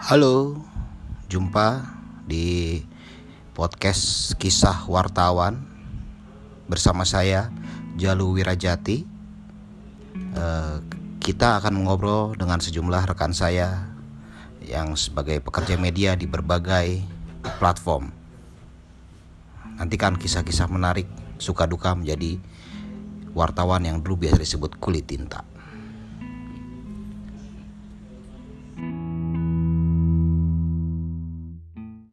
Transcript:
Halo, jumpa di podcast Kisah Wartawan bersama saya Jalu Wirajati. Kita akan mengobrol dengan sejumlah rekan saya yang sebagai pekerja media di berbagai platform. Nantikan kisah-kisah menarik, suka duka menjadi wartawan yang dulu biasa disebut kulit tinta.